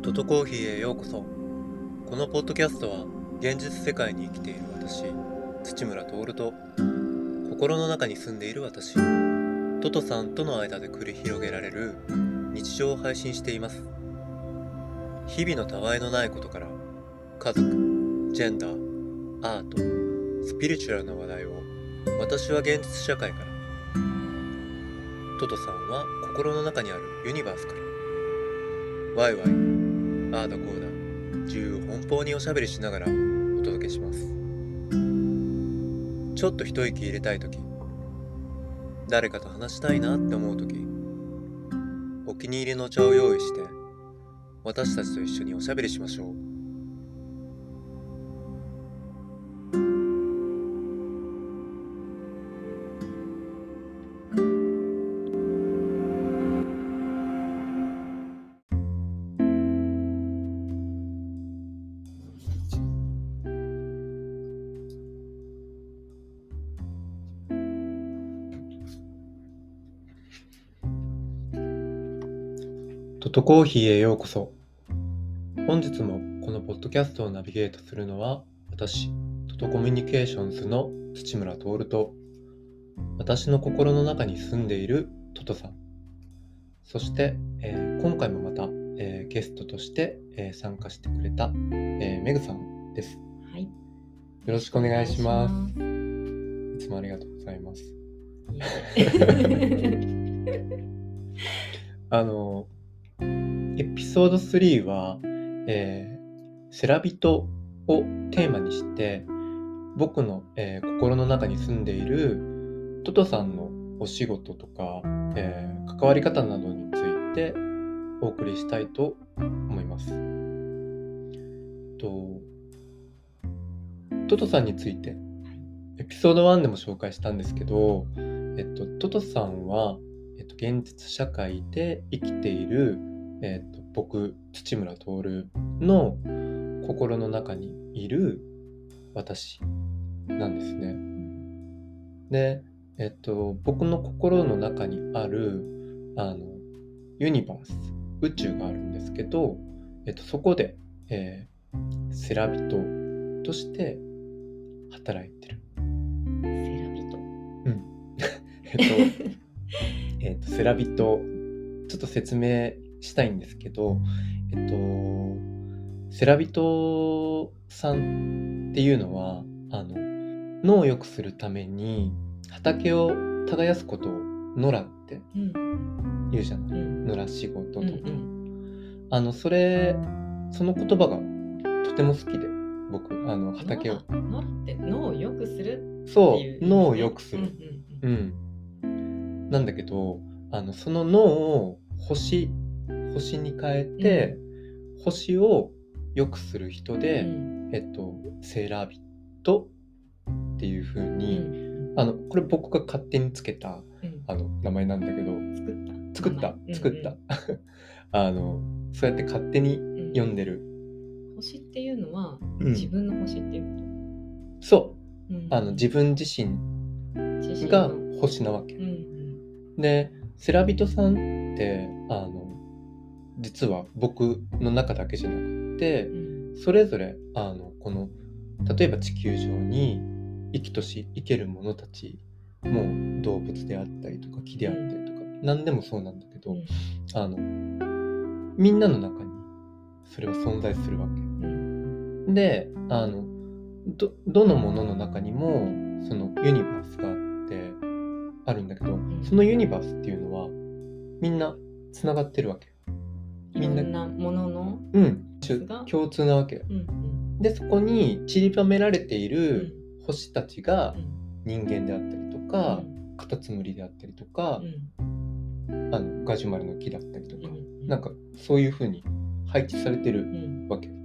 トトコーヒーへようこそ。このポッドキャストは現実世界に生きている私、土村徹と心の中に住んでいる私、トトさんとの間で繰り広げられる日常を配信しています。日々のたわいのないことから家族、ジェンダー、アート、スピリチュアルな話題を私は現実社会から、トトさんは心の中にあるユニバースから、ワイワイ、ああだこうだ、自由奔放におしゃべりしながらお届けします。ちょっと一息入れたいとき、誰かと話したいなって思うとき、お気に入りのお茶を用意して、私たちと一緒におしゃべりしましょう。トトコーヒーへようこそ。本日もこのポッドキャストをナビゲートするのは私、トトコミュニケーションズの土村徹と、私の心の中に住んでいるトトさん、そして、今回もまた、ゲストとして、参加してくれた、メグさんです。 はい。 よろしくお願いします。いつもありがとうございます。エピソード3は、セラビトをテーマにして僕の、心の中に住んでいるトトさんのお仕事とか、関わり方などについてお送りしたいと思います。トトさんについてエピソード1でも紹介したんですけど、トトさんは、現実社会で生きている、僕、土村徹の心の中にいる私なんですね。で、僕の心の中にあるユニバース、宇宙があるんですけど、そこで、セラビトとして働いてる。 セラビト。 セラビト、ちょっと説明したいんですけど、セラビトさんっていうのは脳を良くするために畑を耕すことを野良って言うじゃない、野良仕事とか、その言葉がとても好きで、僕畑を野良って脳を良くするっていう、 そう、脳を良くする、なんだけどその脳を星に変えて、星を良くする人で、セラビトっていう風に、これ僕が勝手につけた、名前なんだけど、作ったそうやって勝手に呼んでる。 星っていうのは、自分の星っていうこと？ そう、自分自身が星なわけ。で、セラビトさんって実は僕の中だけじゃなくて、それぞれこの例えば地球上に生きとし生ける者たちも、動物であったりとか木であったりとか、何でもそうなんだけど、みんなの中にそれは存在するわけ、でどのものの中にもそのユニバースがあるんだけど、そのユニバースっていうのはみんなつながってるわけ。 みんなものの共通なわけ、でそこに散りばめられている星たちが人間であったりとか、カタツムリであったりとか、ガジュマルの木だったりとか、なんかそういう風に配置されてるわけ、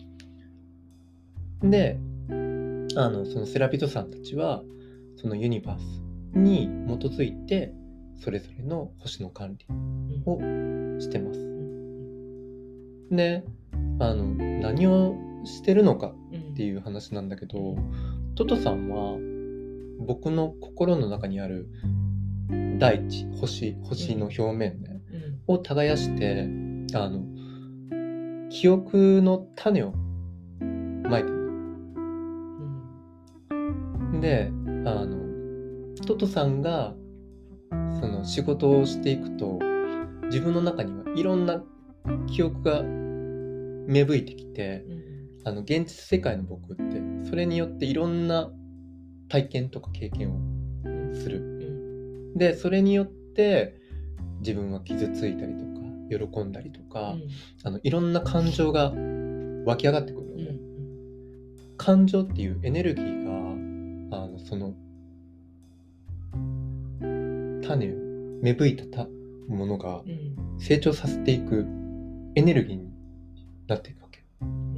でそのセラビトさんたちはそのユニバースに基づいてそれぞれの星の管理をしてます。で何をしてるのかっていう話なんだけど、トトさんは僕の心の中にある大地、星の表面ね、を耕して記憶の種をまいてる。で、トトさんがその仕事をしていくと、自分の中にはいろんな記憶が芽吹いてきて、現実世界の僕ってそれによっていろんな体験とか経験をする。で、それによって自分は傷ついたりとか喜んだりとか、いろんな感情が湧き上がってくるので、感情っていうエネルギーがその種を芽吹いたものが成長させていくエネルギーになっていくわけ。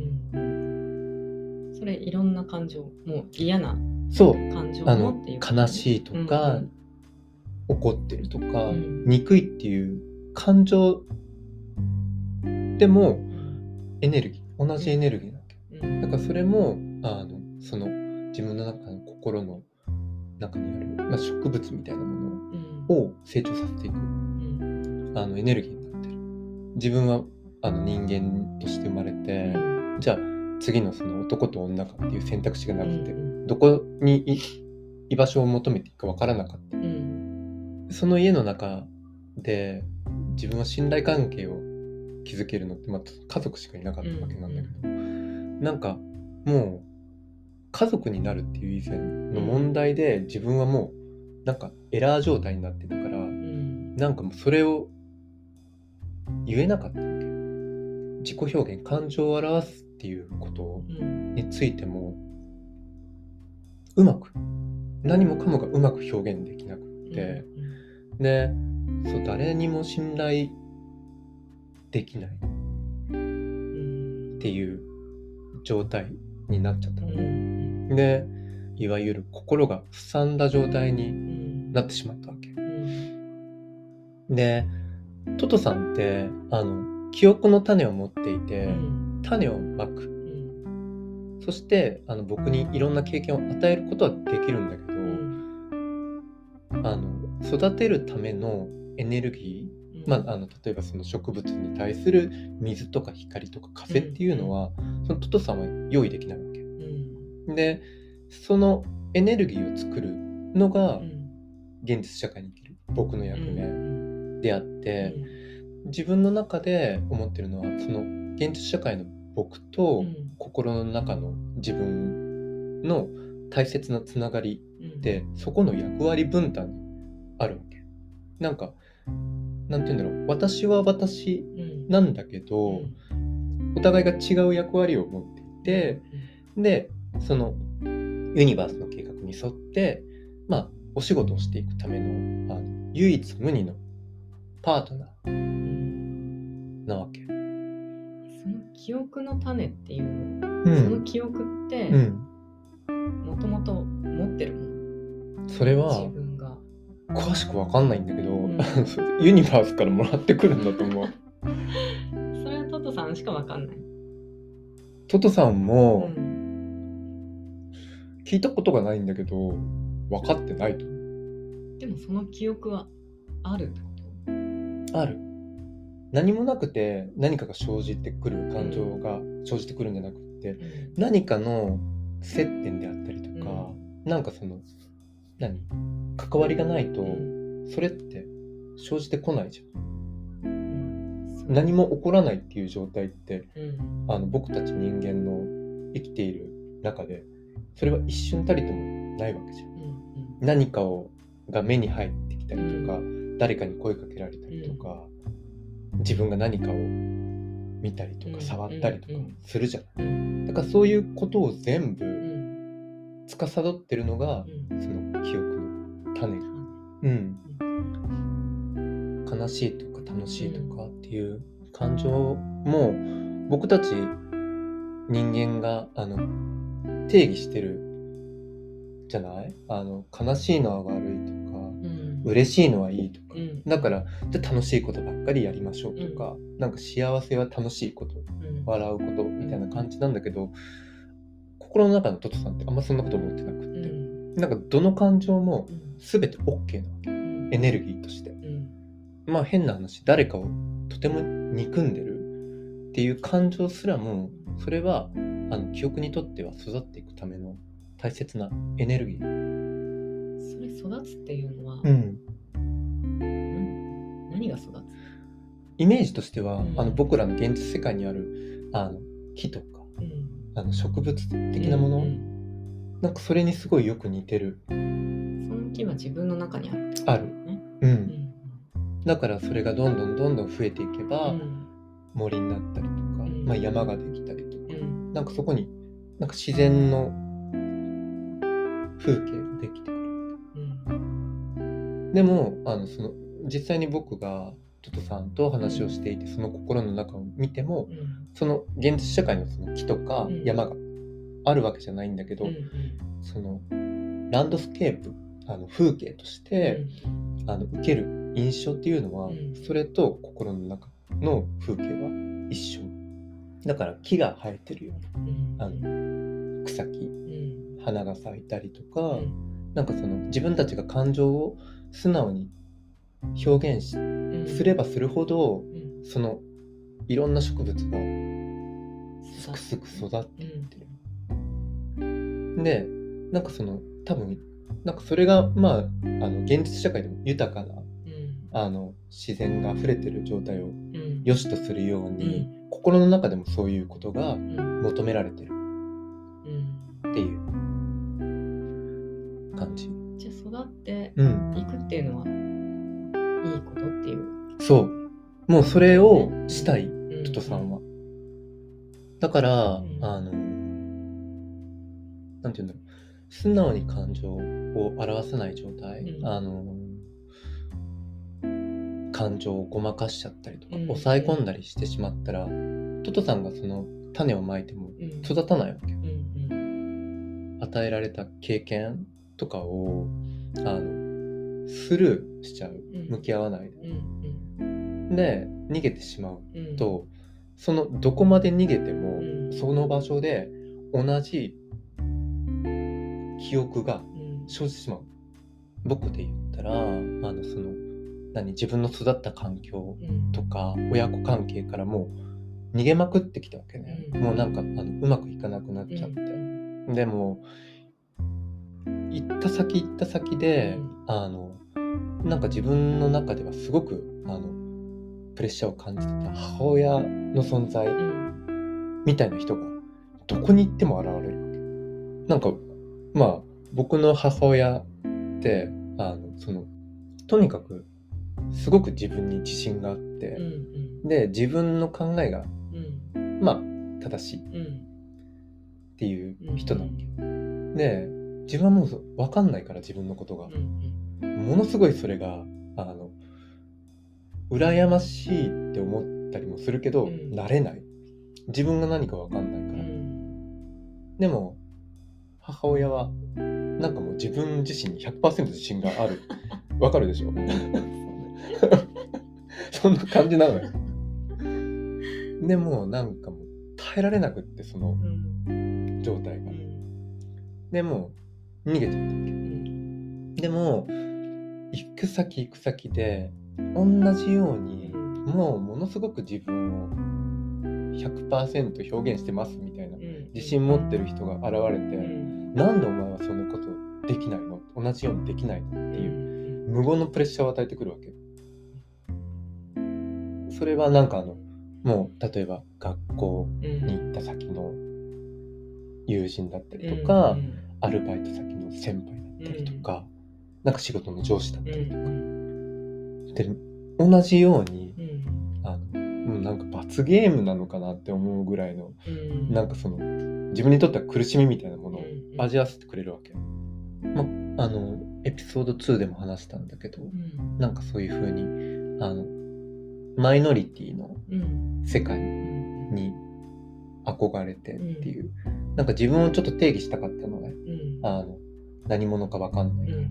それいろんな感情、もう嫌な感情もっていう、 悲しいとか、怒ってるとか、憎いっていう感情でもエネルギー、同じエネルギーなわけ。だからそれもその自分の中の心の中にある、植物みたいなものを成長させていく、エネルギーになってる。自分は人間として生まれて、じゃあ次のその男と女かっていう選択肢がなくて、どこに居場所を求めていくか分からなかった。その家の中で自分は信頼関係を築けるのって、家族しかいなかったわけなんだけど、なんかもう家族になるっていう以前の問題で、自分はもうなんかエラー状態になってたから、なんかもうそれを言えなかったわけ。自己表現、感情を表すっていうことについても何もかもがうまく表現できなくて、で、誰にも信頼できないっていう状態になっちゃったので、で、いわゆる心がすさんだ状態になってしまったわけ。で、トトさんって記憶の種を持っていて、種をまく。そして僕にいろんな経験を与えることはできるんだけど、育てるためのエネルギー、例えばその植物に対する水とか光とか風っていうのは、そのトトさんは用意できないわけ。で、そのエネルギーを作るのが現実社会に生きる僕の役目であって、自分の中で思ってるのは、その現実社会の僕と心の中の自分の大切なつながりって、そこの役割分担にあるわけ。なんかなんて言うんだろう、私は私なんだけど、お互いが違う役割を持っていて、でそのユニバースの計画に沿ってお仕事をしていくための唯一無二のパートナーなわけ。 その記憶の種っていうの、その記憶ってもともと持ってるもの。 それは自分が詳しく分かんないんだけど、ユニバースからもらってくるんだと思う。 それはトトさんしか分かんない。 トトさんも聞いたことがないんだけど分かってないと。 でもその記憶はあるってこと？ ある。何もなくて何かが生じてくる、感情が生じてくるんじゃなくて、何かの接点であったりとか、なんかその関わりがないと、それって生じてこないじゃん。何も起こらないっていう状態って、僕たち人間の生きている中でそれは一瞬たりともないわけじゃん。何かが目に入ってきたりとか、誰かに声かけられたりとか、自分が何かを見たりとか触ったりとかするじゃない。だからそういうことを全部司ってるのがその記憶の種。悲しいとか楽しいとかっていう感情も僕たち人間が定義してるじゃない。悲しいのは悪いとか、嬉しいのはいいとか、だからじゃあ楽しいことばっかりやりましょうとか、なんか幸せは楽しいこと、笑うことみたいな感じなんだけど、心の中のトトさんってあんまそんなこと思ってなくって、なんかどの感情も全て OK なわけ、エネルギーとして。変な話、誰かをとても憎んでるっていう感情すらも、それは記憶にとっては育っていくための大切なエネルギー。 それ育つっていうのは、何が育つ？ イメージとしては、僕らの現実世界にある木とか、植物的なもの、なんかそれにすごいよく似てる。 その木は自分の中にある。 ある。だからそれがどんどん増えていけば、森になったりとか、山ができたりとか、なんかそこになんか自然の風景ができてくる。でもその実際に僕がトトさんと話をしていて、その心の中を見ても、その現実社会のその木とか山があるわけじゃないんだけど、そのランドスケープ、風景として受ける印象っていうのは、それと心の中の風景は一緒だから、木が生えてるような、草木、花が咲いたりとか、なんかその自分たちが感情を素直に表現すればするほど、そのいろんな植物がすくすく育っていってる。で、なんかその多分なんかそれが現実社会でも豊かな自然が溢れてる状態を良しとするように、心の中でもそういうことが求められてるっていう感じ。 じゃあ育っていくっていうのは、いいことっていう。 そう。もうそれをしたい、トトさんは。だから、なんていうんだろう。素直に感情を表さない状態、感情をごまかしちゃったりとか、抑え込んだりしてしまったら、トトさんがその種をまいても育たないわけ。与えられた経験とかをスルーしちゃう、向き合わないで、逃げてしまうと、そのどこまで逃げても、その場所で同じ記憶が生じてしまう。僕で言ったらその自分の育った環境とか、親子関係からもう逃げまくってきたわけね。もうなんかうまくいかなくなっちゃって、でも行った先でなんか自分の中ではすごくプレッシャーを感じてた母親の存在みたいな人がどこに行っても現れるわけ。なんか僕の母親ってとにかくすごく自分に自信があって、で自分の考えが正しいっていう人なわけ。で自分はもう分かんないから、自分のことがものすごいそれが羨ましいって思ったりもするけど、なれない。自分が何か分かんないから。でも母親はなんかもう自分自身に 100% 自信がある。わかるでしょそんな感じなのよ。でもなんかもう耐えられなくって、その状態が。でも逃げてったわけ。でも行く先で同じように、もうものすごく自分を 100% 表現してますみたいな自信持ってる人が現れて、なんでお前はそのことできないの、同じようにできないのっていう無言のプレッシャーを与えてくるわけ。それはなんかもう例えば学校に行った先の友人だったりとか、アルバイト先の先輩だったりとか、なんか仕事の上司だったりとかで、同じようにもうなんか罰ゲームなのかなって思うぐらいの、なんかその自分にとっては苦しみみたいなものを味わわせてくれるわけ。エピソード2でも話したんだけど、なんかそういう風にマイノリティの世界に憧れてっていう、なんか自分をちょっと定義したかったのね。何者か分かんないから。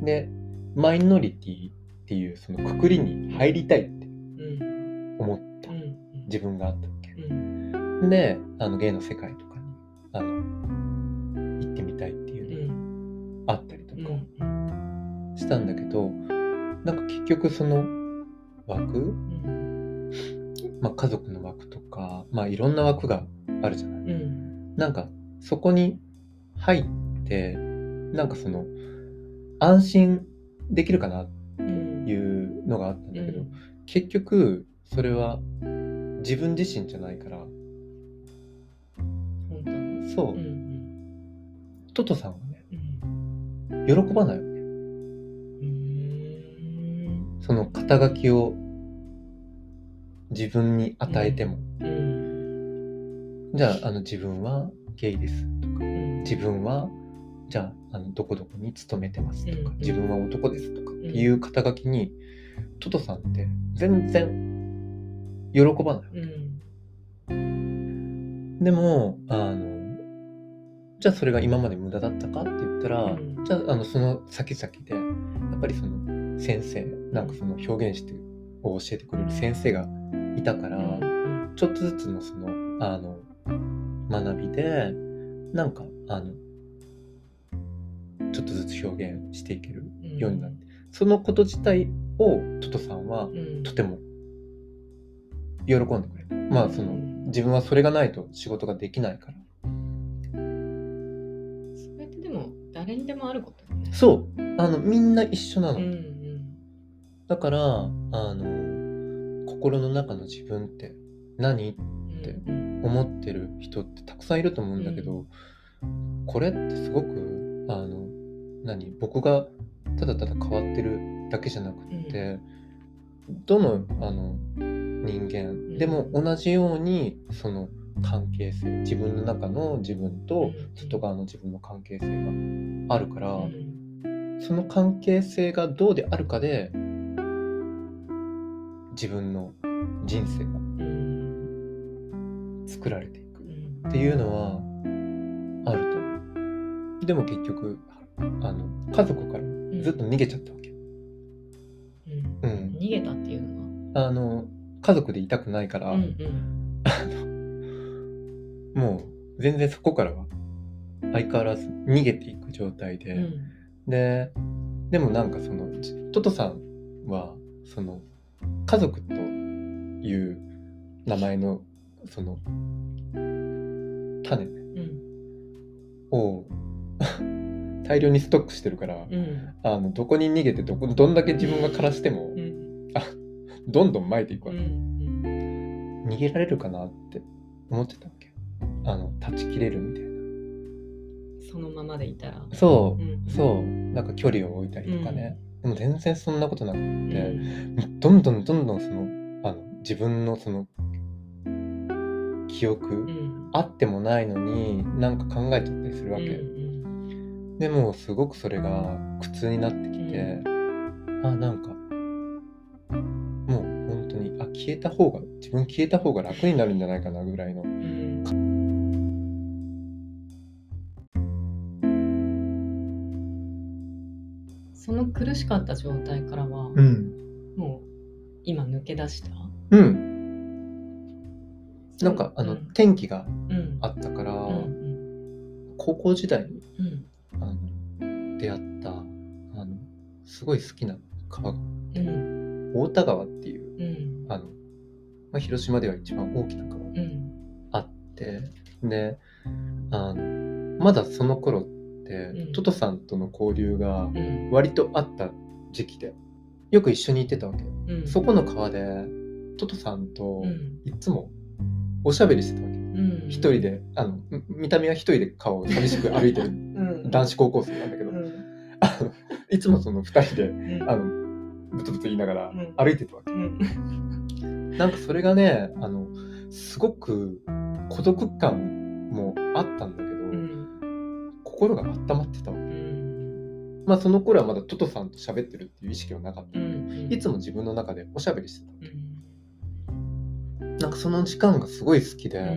で、マイノリティっていうその括りに入りたいって思った自分があったわけ。で、芸の世界とかに行ってみたいっていうのがあったりとかしたんだけど、なんか結局その枠、家族の枠とか、まあいろんな枠があるじゃない。なんかそこに入ってなんかその安心できるかなっていうのがあったんだけど、結局それは自分自身じゃないから。 本当にそう、トトさんはね、喜ばないよね。その肩書きを自分に与えても、じゃあ自分はゲイですとか、自分はじゃあどこどこに勤めてますとか、自分は男ですとかっていう肩書きにトトさんって全然喜ばない。でもじゃあそれが今まで無駄だったかって言ったら、じゃあその先々でやっぱりその先生なんかその表現してを教えてくれる先生がいたから、ちょっとずつのその学びでなんかちょっとずつ表現していけるようになって、そのこと自体をトトさんはとても喜んでくれる。まあその自分はそれがないと仕事ができないから。 それってでも誰にでもあることだね。 そうみんな一緒なの。だから心の中の自分って何って思ってる人ってたくさんいると思うんだけど、これってすごく僕がただただ変わってるだけじゃなくて、どの人間でも同じようにその関係性、自分の中の自分と外側の自分の関係性があるから、その関係性がどうであるかで自分の人生が作られていくっていうのはあると。でも結局家族からずっと逃げちゃったわけ。 逃げたっていうのは家族でいたくないから、もう全然そこからは相変わらず逃げていく状態で、でもなんかそのトトさんはその家族という名前のその種を大量にストックしてるから、どこに逃げてどんだけ自分が枯らしても、どんどん撒いていくわけ。逃げられるかなって思ってたわけ。断ち切れるみたいな。 そのままでいたら。 そう、なんか距離を置いたりとかね。でも全然そんなことなくて、どんどんその自分のその記憶、あってもないのになんか考えちゃったりするわけ。でもすごくそれが苦痛になってきて、なんかもう本当に自分消えた方が楽になるんじゃないかなぐらいの、 その苦しかった状態からは、もう今抜け出した？ なんか転機があったから、高校時代に、出会ったすごい好きな川があって、太田川っていう、広島では一番大きな川があって、でまだその頃ってトトさんとの交流が割とあった時期でよく一緒に行ってたわけ。そこの川でトトさんといつもおしゃべりしてたわけ。一人で見た目は一人で川を寂しく歩いてる男子高校生なんだけど、いつもその二人でブツブツ言いながら歩いてたわけ。なんかそれがねすごく孤独感もあったんだけど、心が温まってたわけ。まあその頃はまだトトさんと喋ってるっていう意識はなかったんで、いつも自分の中でおしゃべりしてたわけ。なんかその時間がすごい好きで、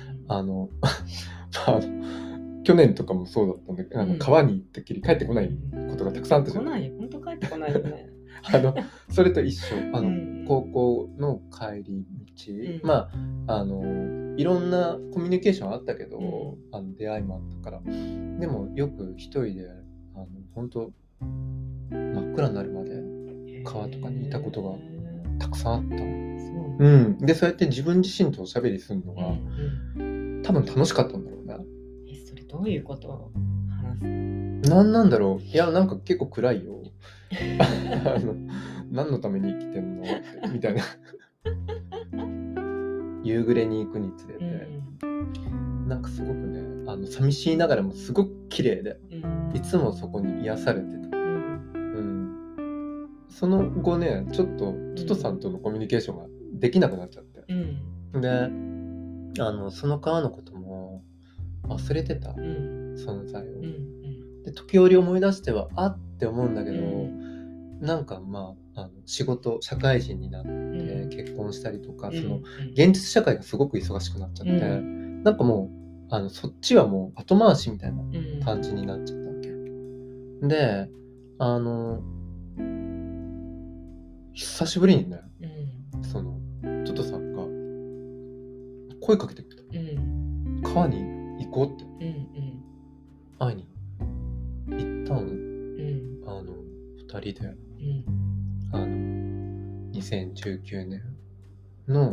去年とかもそうだったんだけど、川に行ったきり帰ってこないことがたくさんあったじゃない。 本当帰ってこないよね。 それと一緒、高校の帰り道、まあいろんなコミュニケーションあったけど、出会いもあったから、でもよく一人で本当真っ暗になるまで川とかにいたことがたくさんあった。 そうでそうやって自分自身とおしゃべりするのが、多分楽しかったんだろうね。 それどういうことを話す？ なんだろう。いやなんか結構暗いよ。何のために生きてんのってみたいな。夕暮れに行くにつれて、なんかすごくね、寂しいながらもすごく綺麗で、いつもそこに癒されてた。その後ね、ちょっとトトさんとのコミュニケーションができなくなっちゃって、で、その川のことも忘れてた、存在を。で時折思い出してはって思うんだけど、なんか仕事社会人になって結婚したりとか、その現実社会がすごく忙しくなっちゃって、なんかもうそっちはもう後回しみたいな感じになっちゃったわけ。で久しぶりにね、そのトトさんが声かけてくれた、川に行こうって、会いに行ったの、2人で、2019年の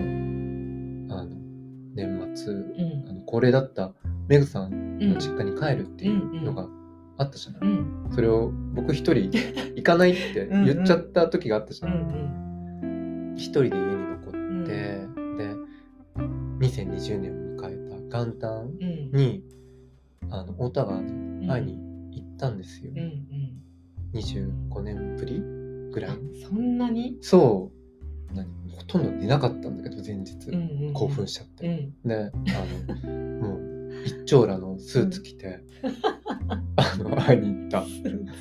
年末、恒例だったメグさんの実家に帰るっていうのがあったじゃない、それを僕一人行かないって言っちゃった時があったじゃない、一人で家に残って、で2020年を迎えた元旦に、大田川に会いに行ったんですよ、25年ぶりぐらい。 そんなに？ そうほとんど寝なかったんだけど前日、興奮しちゃって、でもう一丁羅のスーツ着て、会いに行った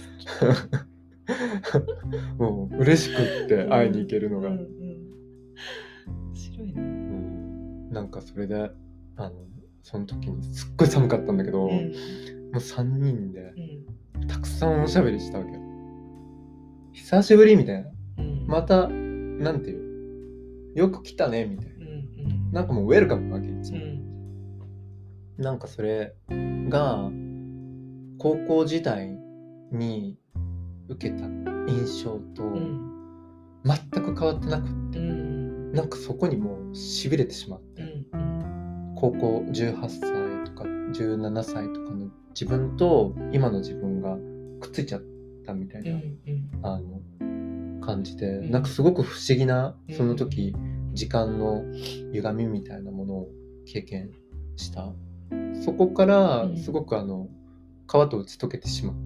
もう嬉しくって会いに行けるのが、 面白いね。 なんかそれでその時にすっごい寒かったんだけど、もう3人でたくさんおしゃべりしたわけ。久しぶりみたいな、またなんていうよく来たねみたいな、なんかもうウェルカムなわけいつも、なんかそれが高校時代に受けた印象と全く変わってなくって、なんかそこにもうしびれてしまって、高校18歳とか17歳とかの自分と今の自分がくっついちゃったみたいな、感じで、なんかすごく不思議なその時、時間の歪みみたいなものを経験した。そこからすごく川と打ち解けてしまって、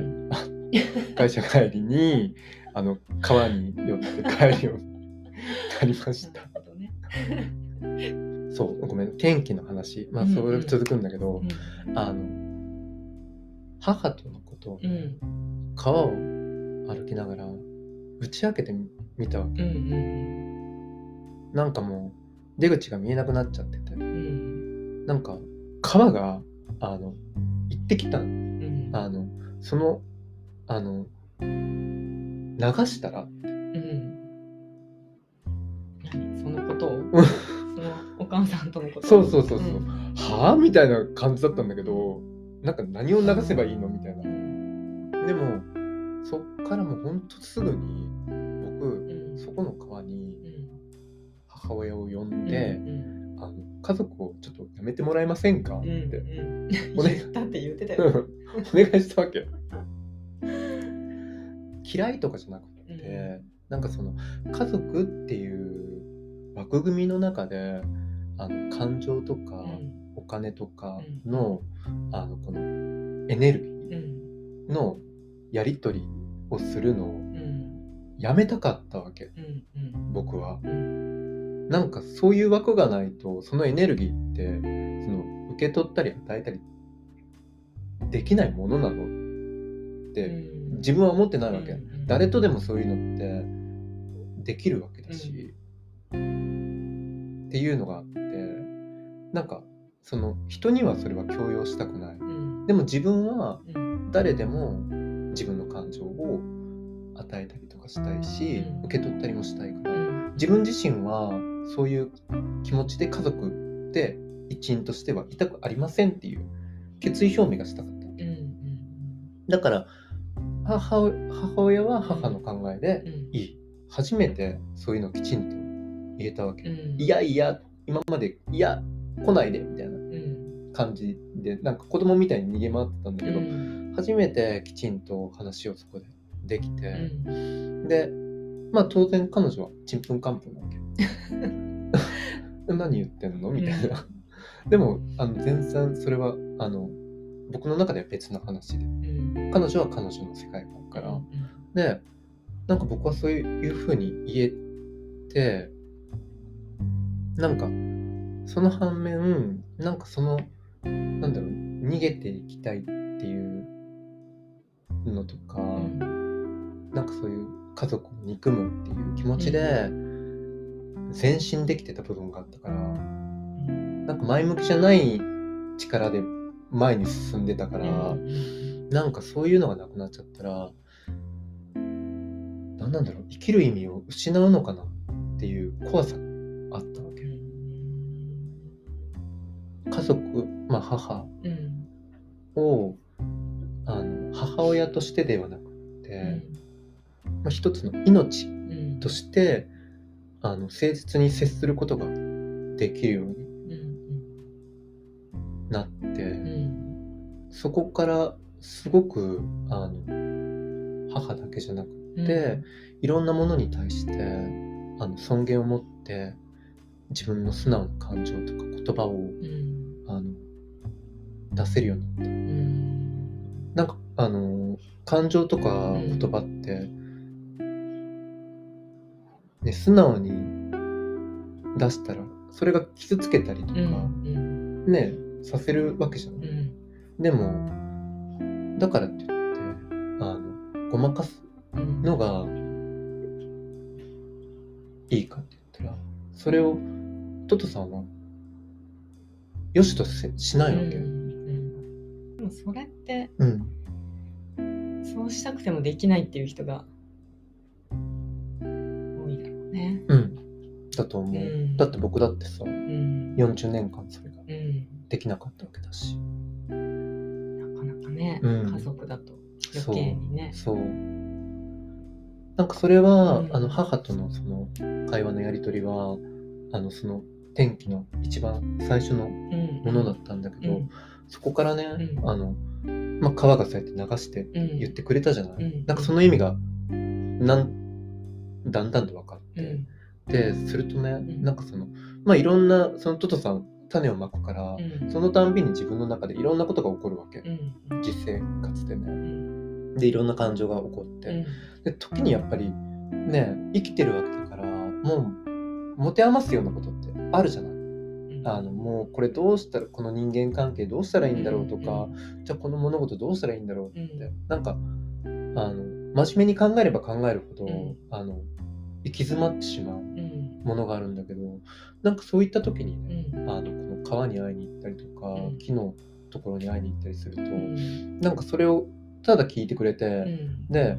会社帰りに川に寄って帰るようになりました。そうごめん、天気の話、それ続くんだけど、母とのことを、川を歩きながら打ち明けてみたわけ、なんかもう出口が見えなくなっちゃってて、なんか川が行ってきたの、その流したらって、 そのことをそのお母さんとのことそう、はぁみたいな感じだったんだけど、なんか何を流せばいいのみたいな、でもそっからもうほんとすぐに僕、そこの川に母親を呼んで、家族をちょっとやめてもらえませんかって、 言ったって言ってたよお願いしたわけ。嫌いとかじゃなくて、なんかその家族っていう枠組みの中で感情とかお金とかの、このエネルギーのやり取りをするのをやめたかったわけ、僕は。なんかそういう枠がないとそのエネルギーってその受け取ったり与えたりできないものなのって自分は思ってないわけ、誰とでもそういうのってできるわけだし、っていうのがあって、なんかその人にはそれは強要したくない、でも自分は誰でも自分の感情を与えたりとかしたいし、受け取ったりもしたいから、自分自身はそういう気持ちで家族で一員としてはいたくありませんっていう決意表明がしたかった、だから母親は母の考えでいい、 初めてそういうのをきちんと言えたわけ、 うんいや今までいや来ないでみたいなうん感じでなんか子供みたいに逃げ回ってたんだけど、 うん初めてきちんと話をそこでできて、 うんでまあ当然彼女はちんぷんかんぷんなわけ何言ってんのみたいな、でも全然それは僕の中では別の話で、 うん彼女は彼女の世界があるから、 うんでなんか僕はそういう風に言えて、なんかその反面なんかそのなんだろう逃げていきたいっていうのとか、なんかそういう家族を憎むっていう気持ちで前進できてた部分があったから、なんか前向きじゃない力で前に進んでたから、なんかそういうのがなくなっちゃったら何なんだろう、生きる意味を失うのかなっていう怖さがあったわけ。家族、まあ母を母親としてではなくて、まあ、一つの命として誠実に接することができるようになって、そこからすごく母だけじゃなくて、いろんなものに対して尊厳を持って自分の素直な感情とか言葉を、出せるようになった。なんか感情とか言葉って、ね、素直に出したらそれが傷つけたりとか、ねさせるわけじゃない、でもだからって言ってごまかすのがいいかって言ったら、それをトトさんはよしとしないわけ、 でもそれって、 そうしたくてもできないっていう人が多いだろうね。 だと思う、だって僕だってさ、40年間それができなかったわけだし、 なかなかね、家族だと余計にね。 そうなんかそれは、母とのその会話のやり取りはその天気の一番最初のものだったんだけど、そこからね、まあ、川がそうやって流して言ってくれたじゃない、なんかその意味がだんだんと分かって、でするとね、なんかそのまあいろんなそのトトさん種をまくから、そのたんびに自分の中でいろんなことが起こるわけ、実生活でね、でいろんな感情が起こって、で時にやっぱりね生きてるわけだからもう持て余すようなことってあるじゃない、もうこれどうしたらこの人間関係どうしたらいいんだろうとか、じゃあこの物事どうしたらいいんだろうって、なんか真面目に考えれば考えるほど、行き詰まってしまうものがあるんだけど、なんかそういった時にね、この川に会いに行ったりとか、木のところに会いに行ったりすると、なんかそれをただ聞いてくれて、で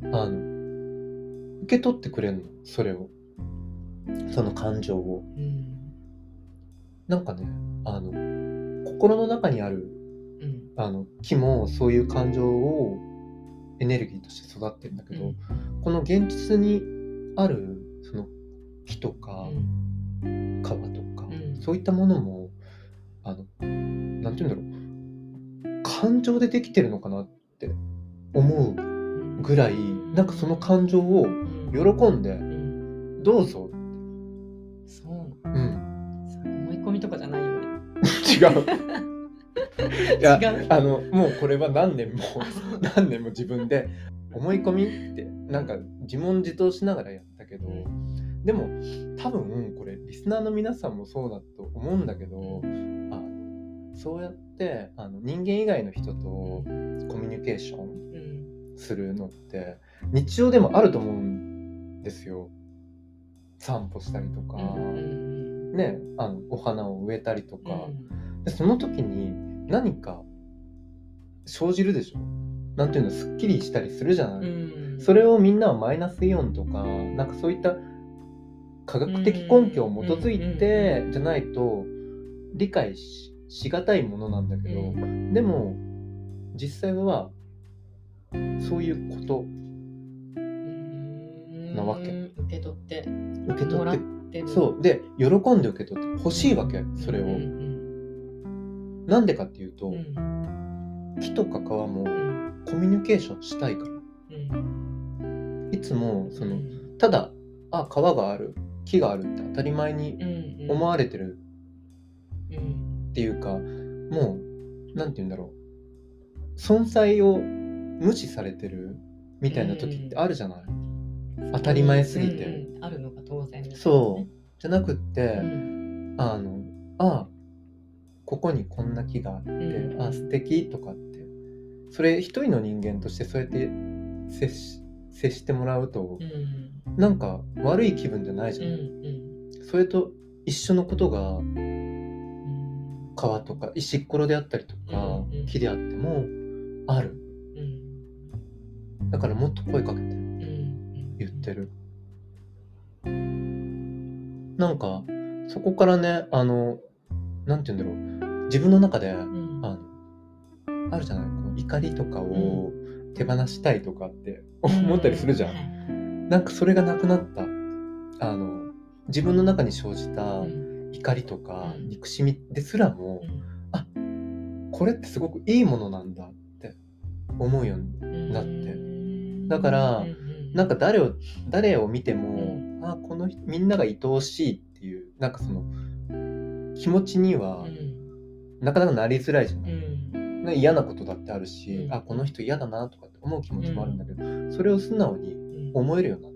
受け取ってくれるの、それを、その感情を、なんかね心の中にある木もそういう感情をエネルギーとして育ってるんだけど、この現実にあるその木とか川とか、そういったものもなんていうんだろう、感情でできてるのかなって思うぐらい、なんかその感情を喜んで、どうぞ。 そう思い込みとかじゃないよね。 違ういやもうこれは何年も自分で思い込みってなんか自問自答しながらやったけど、でも多分これリスナーの皆さんもそうだと思うんだけど、そうやって人間以外の人とコミュニケーションするのって日常でもあると思うんですよ。散歩したりとか、ね、お花を植えたりとか、でその時に何か生じるでしょ。なんていうの、すっきりしたりするじゃない、それをみんなはマイナスイオンとかなんかそういった科学的根拠を基づいてじゃないと理解しがたいものなんだけど、でも実際はそういうことなわけ。 受け取ってもらってそうで喜んで受け取って欲しいわけ、それを。なんでかっていうと、木とか川もコミュニケーションしたいから、いつもそのただ川がある木があるって当たり前に思われてるっていうか、もうなんて言うんだろう、存在を無視されてるみたいな時ってあるじゃない、当たり前すぎて、 あるのが当然、ね、 そうじゃなくって、ここにこんな木があって、素敵とかって、それ一人の人間としてそうやって接してもらうと、なんか悪い気分じゃないじゃん、それと一緒のことが川とか石っころであったりとか、木であってもある、だからもっと声かけて、言ってる。なんかそこからね、なんて言うんだろう、自分の中で、あるじゃない、こう怒りとかを手放したいとかって思ったりするじゃん、なんかそれがなくなった。自分の中に生じた怒りとか憎しみですらも、これってすごくいいものなんだって思うようになって、だからなんか誰を見ても、この人みんなが愛おしいっていう、なんかその気持ちにはなかなかなりづらいじゃない、なんか嫌なことだってあるし、この人嫌だなとかって思う気持ちもあるんだけど、それを素直に思えるようになった。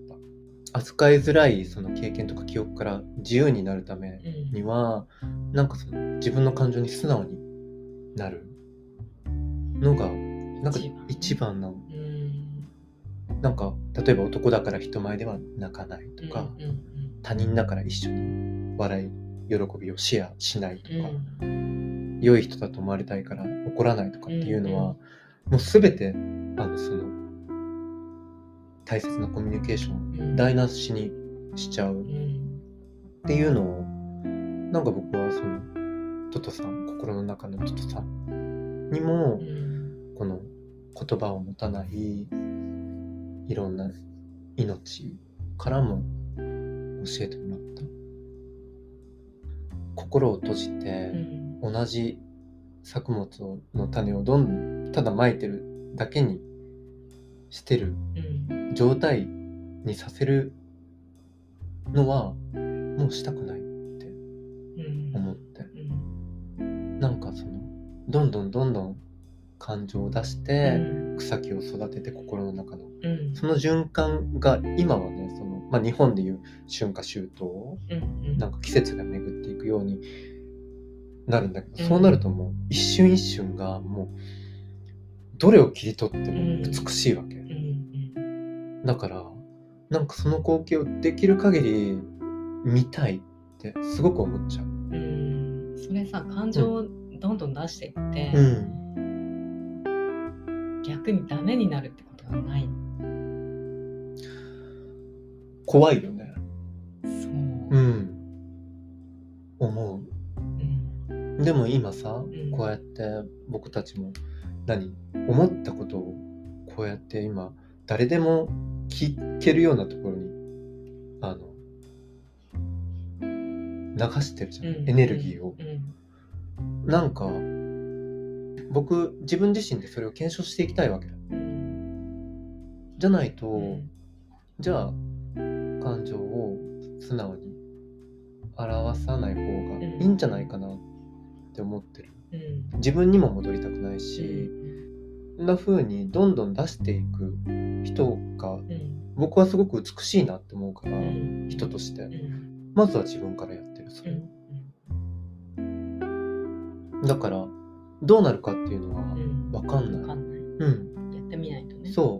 扱いづらいその経験とか記憶から自由になるためには、なんかその自分の感情に素直になるのがなんか一番なの。なんか例えば男だから人前では泣かないとか、他人だから一緒に笑い喜びをシェアしないとか、良い人だと思われたいから怒らないとかっていうのは、もう全てその大切なコミュニケーションを台無しにしちゃうっていうのを、なんか僕はそのトトさん、心の中のトトさんにも、この言葉を持たないいろんな命からも教えてもらった。心を閉じて、同じ作物の種をただまいてるだけにしてる状態にさせるのはもうしたくないって思って、なんかそのどんどん感情を出して草木を育てて、心の中のその循環が今はね、その、日本でいう春夏秋冬、なんか季節が巡っていくようになるんだけど、そうなるともう一瞬一瞬がもうどれを切り取っても美しいわけ、だからなんかその光景をできる限り見たいってすごく思っちゃう。 それさ、感情をどんどん出していって、逆にダメになるってことはない？ 怖いよね。 そう、 思う、でも今さ、こうやって僕たちも思ったことをこうやって今誰でも聞けるようなところに流してるじゃん、エネルギーを、なんか僕自分自身でそれを検証していきたいわけ、じゃないと、じゃあ感情を素直に表さない方がいいんじゃないかなって思ってる、自分にも戻りたくないし、そんな風にどんどん出していく人が、僕はすごく美しいなって思うから、人として、まずは自分からやってる、それ、だからどうなるかっていうのは分かんない、 やってみないとね。 そう、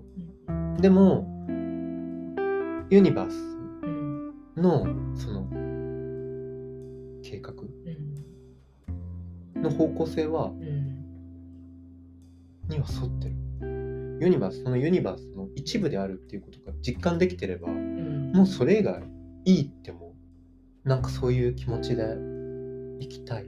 でもユニバースのその計画の方向性は、には沿ってる。そのユニバースの一部であるっていうことが実感できてれば、もうそれ以外いいっても、なんかそういう気持ちで生きたい。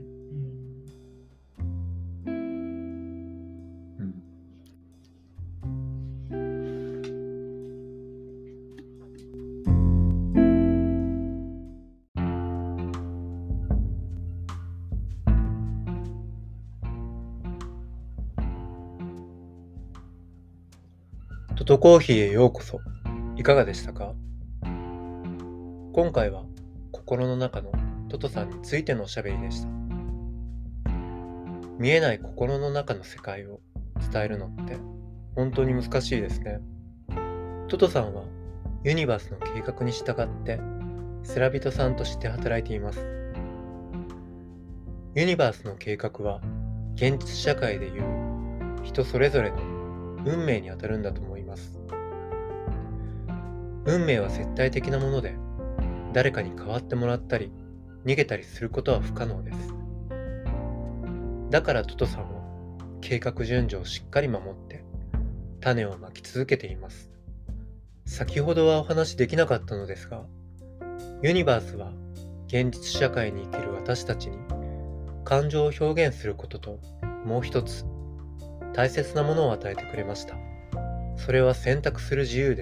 トトコーヒーへようこそ。いかがでしたか？今回は心の中のトトさんについてのおしゃべりでした。見えない心の中の世界を伝えるのって本当に難しいですね。トトさんはユニバースの計画に従ってセラビトさんとして働いています。ユニバースの計画は現実社会でいう人それぞれの運命にあたるんだと思います。運命は絶対的なもので、誰かに代わってもらったり逃げたりすることは不可能です。だからトトさんは計画順序をしっかり守って種をまき続けています。先ほどはお話しできなかったのですが、ユニバースは現実社会に生きる私たちに感情を表現することと、もう一つ大切なものを与えてくれました。それは選択する自由です。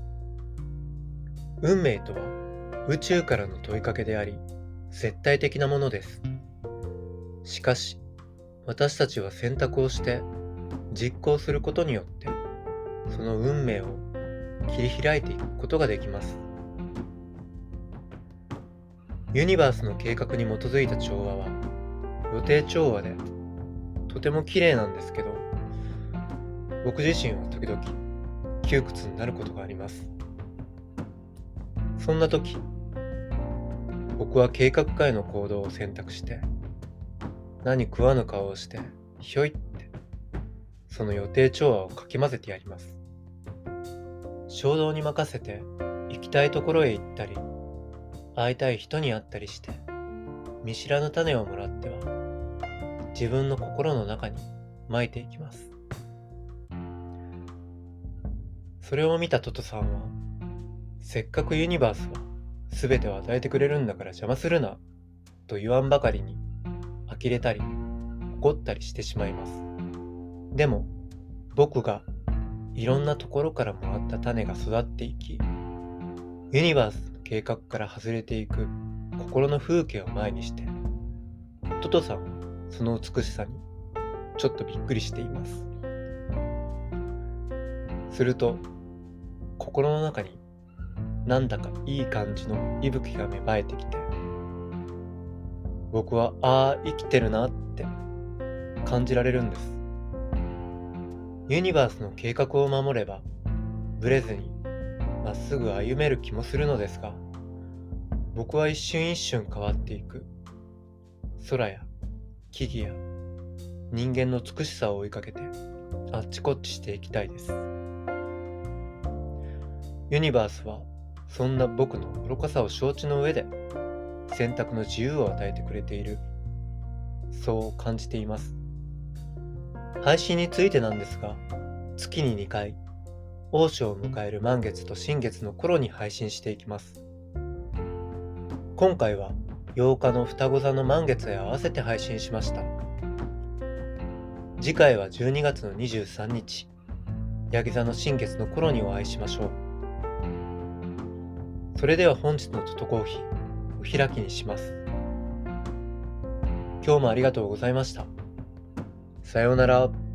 運命とは宇宙からの問いかけであり、絶対的なものです。しかし、私たちは選択をして実行することによって、その運命を切り開いていくことができます。ユニバースの計画に基づいた調和は予定調和でとても綺麗なんですけど、僕自身は時々窮屈になることがあります。そんな時、僕は計画外の行動を選択して、何食わぬ顔をしてひょいってその予定調和をかき混ぜてやります。衝動に任せて行きたいところへ行ったり、会いたい人に会ったりして、見知らぬ種をもらっては自分の心の中に撒いていきます。それを見たトトさんは、せっかくユニバースは全てを与えてくれるんだから邪魔するなと言わんばかりに呆れたり怒ったりしてしまいます。でも僕がいろんなところからもらった種が育っていき、ユニバースの計画から外れていく心の風景を前にして、トトさんはその美しさにちょっとびっくりしています。すると心の中になんだかいい感じの息吹が芽生えてきて、僕は生きてるなって感じられるんです。ユニバースの計画を守ればブレずにまっすぐ歩める気もするのですが、僕は一瞬一瞬変わっていく空や木々や人間の美しさを追いかけてあっちこっちしていきたいです。ユニバースはそんな僕の愚かさを承知の上で選択の自由を与えてくれている、そう感じています。配信についてなんですが、月に2回大潮を迎える満月と新月の頃に配信していきます。今回は8日の双子座の満月へ合わせて配信しました。次回は12月の23日、ヤギ座の新月の頃にお会いしましょう。それでは本日のトトコーヒー、お開きにします。今日もありがとうございました。さようなら。